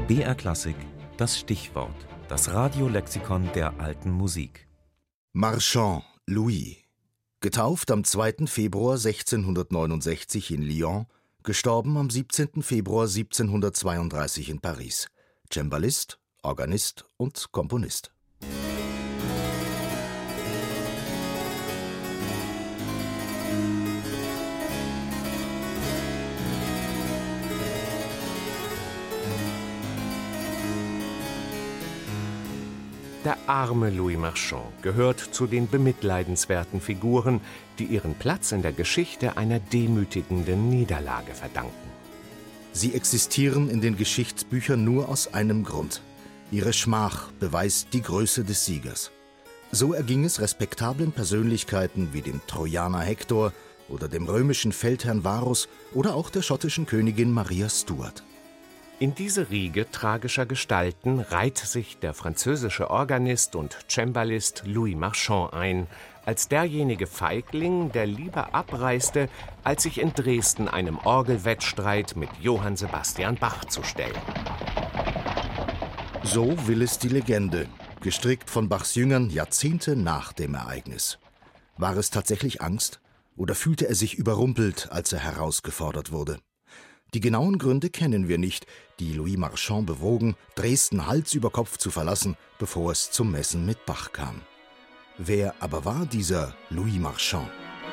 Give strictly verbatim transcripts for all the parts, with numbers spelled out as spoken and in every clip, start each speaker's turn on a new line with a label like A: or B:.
A: B R Klassik, das Stichwort, das Radiolexikon der alten Musik.
B: Marchand, Louis. Getauft am zweiten Februar sechzehnhundertneunundsechzig in Lyon, gestorben am siebzehnten Februar siebzehnhundertzweiunddreißig in Paris. Cembalist, Organist und Komponist.
C: Der arme Louis Marchand gehört zu den bemitleidenswerten Figuren, die ihren Platz in der Geschichte einer demütigenden Niederlage verdanken.
B: Sie existieren in den Geschichtsbüchern nur aus einem Grund. Ihre Schmach beweist die Größe des Siegers. So erging es respektablen Persönlichkeiten wie dem Trojaner Hektor oder dem römischen Feldherrn Varus oder auch der schottischen Königin Maria Stuart.
C: In diese Riege tragischer Gestalten reiht sich der französische Organist und Cembalist Louis Marchand ein, als derjenige Feigling, der lieber abreiste, als sich in Dresden einem Orgelwettstreit mit Johann Sebastian Bach zu stellen.
B: So will es die Legende, gestrickt von Bachs Jüngern Jahrzehnte nach dem Ereignis. War es tatsächlich Angst oder fühlte er sich überrumpelt, als er herausgefordert wurde? Die genauen Gründe kennen wir nicht, die Louis Marchand bewogen, Dresden Hals über Kopf zu verlassen, bevor es zum Messen mit Bach kam. Wer aber war dieser Louis Marchand?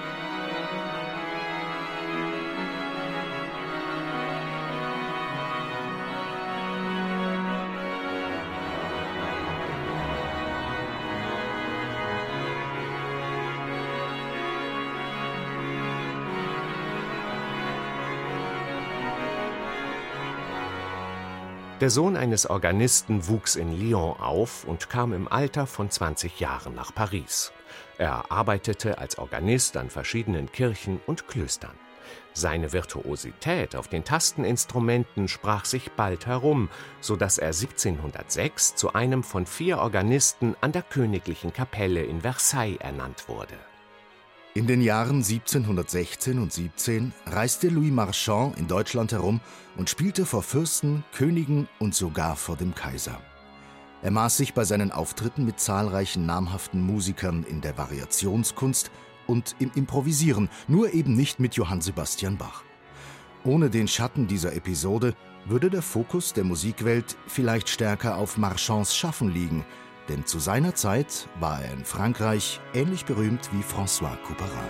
C: Der Sohn eines Organisten wuchs in Lyon auf und kam im Alter von zwanzig Jahren nach Paris. Er arbeitete als Organist an verschiedenen Kirchen und Klöstern. Seine Virtuosität auf den Tasteninstrumenten sprach sich bald herum, so dass er siebzehnhundertsechs zu einem von vier Organisten an der Königlichen Kapelle in Versailles ernannt wurde.
B: In den Jahren siebzehnhundertsechzehn und siebzehn reiste Louis Marchand in Deutschland herum und spielte vor Fürsten, Königen und sogar vor dem Kaiser. Er maß sich bei seinen Auftritten mit zahlreichen namhaften Musikern in der Variationskunst und im Improvisieren, nur eben nicht mit Johann Sebastian Bach. Ohne den Schatten dieser Episode würde der Fokus der Musikwelt vielleicht stärker auf Marchands Schaffen liegen, denn zu seiner Zeit war er in Frankreich ähnlich berühmt wie François Couperin.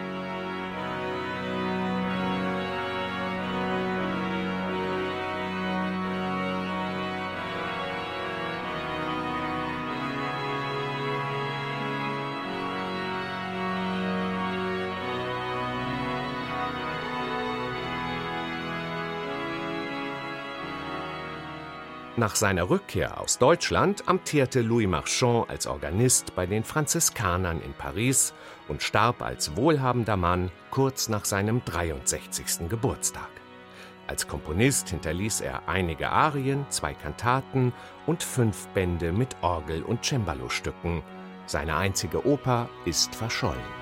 C: Nach seiner Rückkehr aus Deutschland amtierte Louis Marchand als Organist bei den Franziskanern in Paris und starb als wohlhabender Mann kurz nach seinem dreiundsechzigsten Geburtstag. Als Komponist hinterließ er einige Arien, zwei Kantaten und fünf Bände mit Orgel- und Cembalo-Stücken. Seine einzige Oper ist verschollen.